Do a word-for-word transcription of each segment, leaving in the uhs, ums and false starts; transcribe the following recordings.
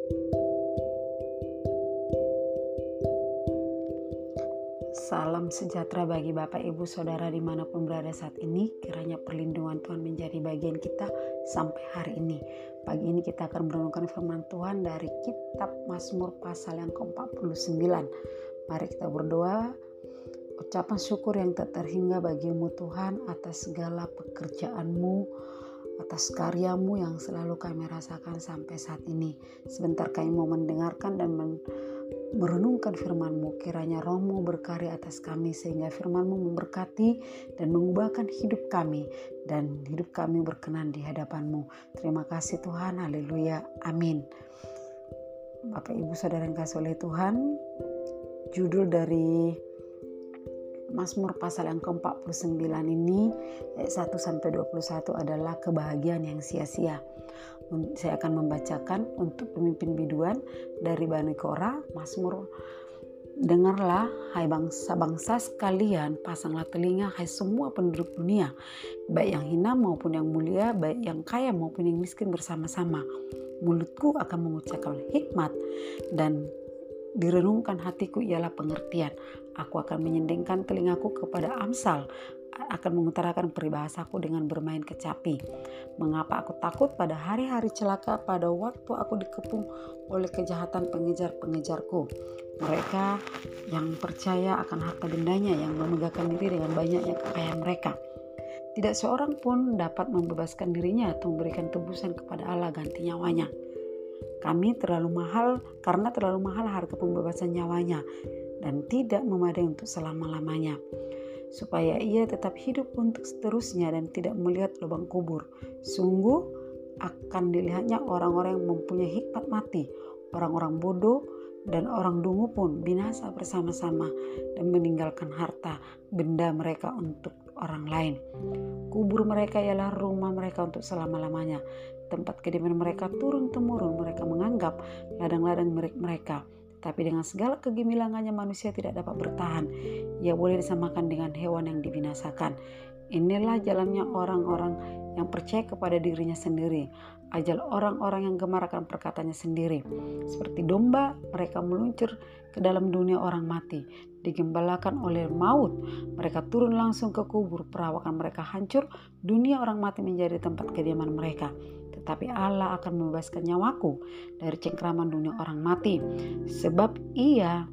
Salam sejahtera bagi Bapak Ibu Saudara dimanapun berada saat ini. Kiranya perlindungan Tuhan menjadi bagian kita sampai hari ini. Pagi ini kita akan merenungkan firman Tuhan dari kitab Mazmur pasal yang ke empat puluh sembilan. Mari kita berdoa. Ucapan syukur yang tak terhingga bagimu Tuhan atas segala pekerjaanmu, atas karyamu yang selalu kami rasakan sampai saat ini. Sebentar kami mau mendengarkan dan men- merenungkan firman-Mu. Kiranya Roh-Mu berkarya atas kami sehingga firman-Mu memberkati dan mengubahkan hidup kami dan hidup kami berkenan di hadapan-Mu. Terima kasih Tuhan, haleluya, amin. Bapak Ibu Saudara yang kasih oleh Tuhan, judul dari Mazmur pasal yang ke empat puluh sembilan ini ayat satu sampai dua puluh satu adalah kebahagiaan yang sia-sia. Saya akan membacakan untuk pemimpin biduan dari Bani Korah, Mazmur. Dengarlah hai bangsa-bangsa sekalian, pasanglah telinga hai semua penduduk dunia, baik yang hina maupun yang mulia, baik yang kaya maupun yang miskin bersama-sama. Mulutku akan mengucapkan hikmat dan direnungkan hatiku ialah pengertian. Aku akan menyendingkan telingaku kepada Amsal, akan mengutarakan peribahasaku dengan bermain kecapi. Mengapa aku takut pada hari-hari celaka, pada waktu aku dikepung oleh kejahatan pengejar-pengejarku. Mereka yang percaya akan harta bendanya, yang memegahkan diri dengan banyaknya kekayaan mereka. Tidak seorang pun dapat membebaskan dirinya atau memberikan tebusan kepada Allah ganti nyawanya. Kami terlalu mahal karena terlalu mahal harga pembebasan nyawanya dan tidak memadai untuk selama-lamanya, supaya ia tetap hidup untuk seterusnya dan tidak melihat lubang kubur. Sungguh akan dilihatnya orang-orang yang mempunyai hikmat mati, orang-orang bodoh dan orang dungu pun binasa bersama-sama dan meninggalkan harta benda mereka untuk orang lain. Kubur mereka ialah rumah mereka untuk selama-lamanya. Tempat kediaman mereka turun-temurun. Mereka menganggap ladang-ladang milik mereka. Tapi dengan segala kegemilangannya manusia tidak dapat bertahan. Ia boleh disamakan dengan hewan yang dibinasakan. Inilah jalannya orang-orang yang percaya kepada dirinya sendiri. Ajal orang-orang yang gemar akan perkataannya sendiri. Seperti domba, mereka meluncur ke dalam dunia orang mati. Digembalakan oleh maut, mereka turun langsung ke kubur. Perawakan mereka hancur, dunia orang mati menjadi tempat kediaman mereka. Tetapi Allah akan membebaskan nyawaku dari cengkraman dunia orang mati. Sebab ia,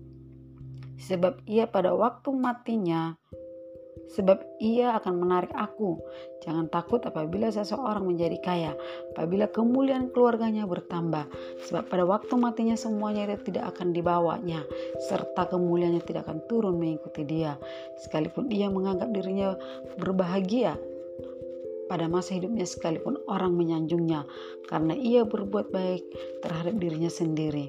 sebab ia pada waktu matinya, sebab ia akan menarik aku. Jangan takut apabila seseorang menjadi kaya, apabila kemuliaan keluarganya bertambah. Sebab pada waktu matinya semuanya tidak akan dibawanya, serta kemuliaannya tidak akan turun mengikuti dia. Sekalipun ia menganggap dirinya berbahagia pada masa hidupnya, sekalipun orang menyanjungnya, karena ia berbuat baik terhadap dirinya sendiri.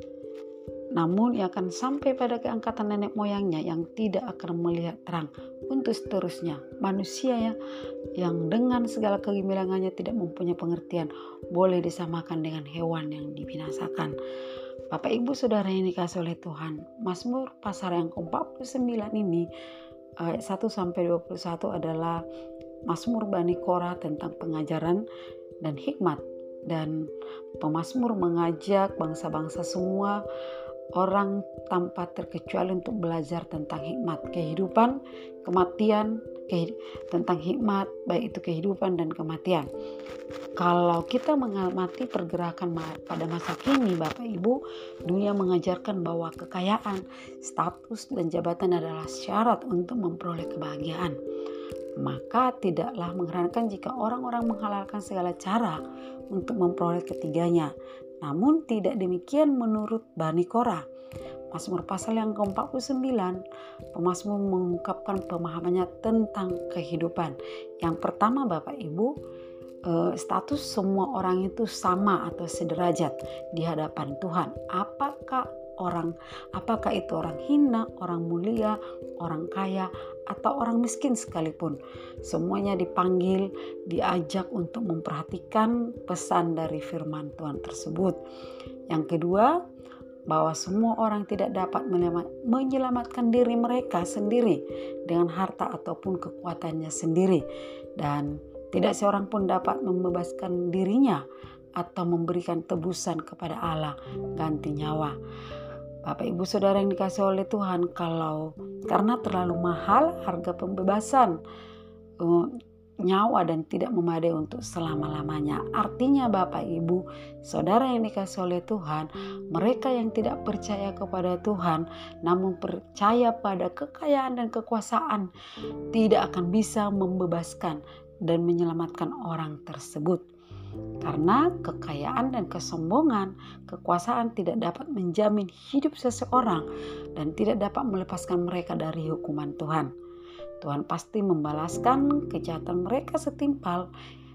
Namun ia akan sampai pada keangkatan nenek moyangnya yang tidak akan melihat terang untuk seterusnya. Manusia ya, yang dengan segala kegemilangannya tidak mempunyai pengertian boleh disamakan dengan hewan yang dibinasakan. Bapak Ibu Saudara yang dikasihi oleh Tuhan, Mazmur pasal yang ke empat puluh sembilan ini ayat satu sampai dua puluh satu adalah Mazmur Bani Korah tentang pengajaran dan hikmat, dan pemazmur mengajak bangsa-bangsa semua orang tanpa terkecuali untuk belajar tentang hikmat kehidupan, kematian, kehid- tentang hikmat baik itu kehidupan dan kematian. Kalau kita mengamati pergerakan pada masa kini, Bapak Ibu, dunia mengajarkan bahwa kekayaan, status dan jabatan adalah syarat untuk memperoleh kebahagiaan. Maka tidaklah mengherankan jika orang-orang menghalalkan segala cara untuk memperoleh ketiganya. Namun tidak demikian menurut Bani Korah. Mazmur pasal yang ke empat puluh sembilan, pemazmur mengungkapkan pemahamannya tentang kehidupan. Yang pertama Bapak Ibu, status semua orang itu sama atau sederajat di hadapan Tuhan. Apakah orang, apakah itu orang hina, orang mulia, orang kaya, atau orang miskin sekalipun, semuanya dipanggil, diajak untuk memperhatikan pesan dari firman Tuhan tersebut. Yang kedua, bahwa semua orang tidak dapat menyelamatkan diri mereka sendiri dengan harta ataupun kekuatannya sendiri, dan tidak seorang pun dapat membebaskan dirinya atau memberikan tebusan kepada Allah ganti nyawa. Bapak Ibu Saudara yang dikasihi oleh Tuhan, kalau karena terlalu mahal harga pembebasan uh, nyawa dan tidak memadai untuk selama-lamanya. Artinya Bapak Ibu Saudara yang dikasihi oleh Tuhan, mereka yang tidak percaya kepada Tuhan namun percaya pada kekayaan dan kekuasaan tidak akan bisa membebaskan dan menyelamatkan orang tersebut. Karena kekayaan dan kesombongan, kekuasaan tidak dapat menjamin hidup seseorang dan tidak dapat melepaskan mereka dari hukuman Tuhan. Tuhan pasti membalaskan kejahatan mereka setimpal,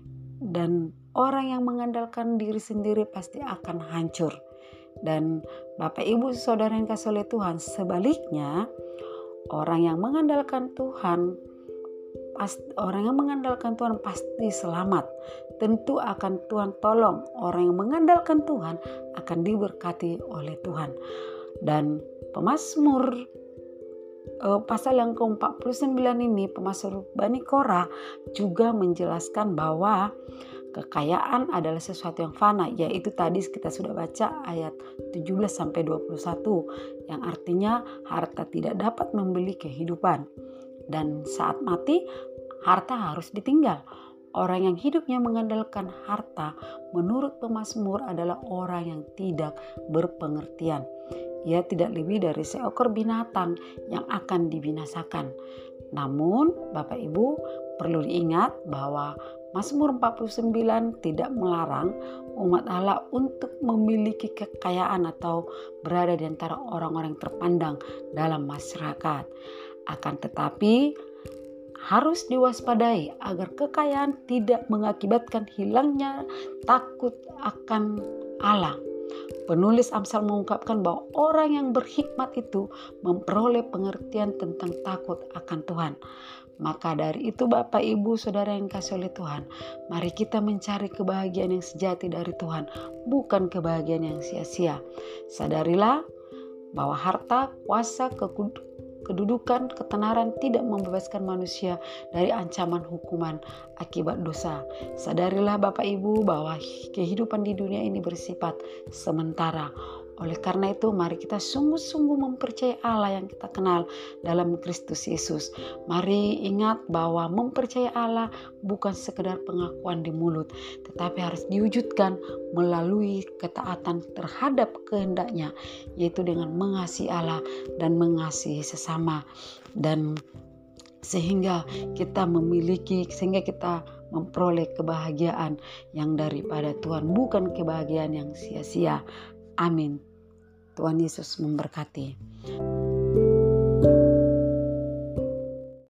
dan orang yang mengandalkan diri sendiri pasti akan hancur. Dan Bapak Ibu Saudara yang dikasihi oleh Tuhan, sebaliknya orang yang mengandalkan Tuhan pasti, orang yang mengandalkan Tuhan pasti selamat. Tentu akan Tuhan tolong. Orang yang mengandalkan Tuhan akan diberkati oleh Tuhan. Dan Pemazmur Uh, pasal yang ke empat puluh sembilan ini, Pemazmur Bani Korah juga menjelaskan bahwa kekayaan adalah sesuatu yang fana, yaitu tadi kita sudah baca ayat tujuh belas sampai dua puluh satu yang artinya harta tidak dapat membeli kehidupan dan saat mati harta harus ditinggal. Orang yang hidupnya mengandalkan harta menurut Pemazmur adalah orang yang tidak berpengertian. Ia tidak lebih dari seekor binatang yang akan dibinasakan. Namun Bapak Ibu perlu diingat bahwa Mazmur empat puluh sembilan tidak melarang umat Allah untuk memiliki kekayaan atau berada di antara orang-orang terpandang dalam masyarakat. Akan tetapi harus diwaspadai agar kekayaan tidak mengakibatkan hilangnya takut akan Allah. Penulis Amsal mengungkapkan bahwa orang yang berhikmat itu memperoleh pengertian tentang takut akan Tuhan. Maka dari itu Bapak Ibu Saudara yang dikasihi oleh Tuhan, mari kita mencari kebahagiaan yang sejati dari Tuhan, bukan kebahagiaan yang sia-sia. Sadarilah bahwa harta, kuasa, kedudukan, ketenaran tidak membebaskan manusia dari ancaman hukuman akibat dosa. Sadarilah Bapak Ibu bahwa kehidupan di dunia ini bersifat sementara. Oleh karena itu mari kita sungguh-sungguh mempercayai Allah yang kita kenal dalam Kristus Yesus. Mari ingat bahwa mempercayai Allah bukan sekedar pengakuan di mulut, tetapi harus diwujudkan melalui ketaatan terhadap kehendaknya, yaitu dengan mengasihi Allah dan mengasihi sesama. Dan sehingga kita memiliki, sehingga kita memperoleh kebahagiaan yang daripada Tuhan, bukan kebahagiaan yang sia-sia. Amin. Tuhan Yesus memberkati.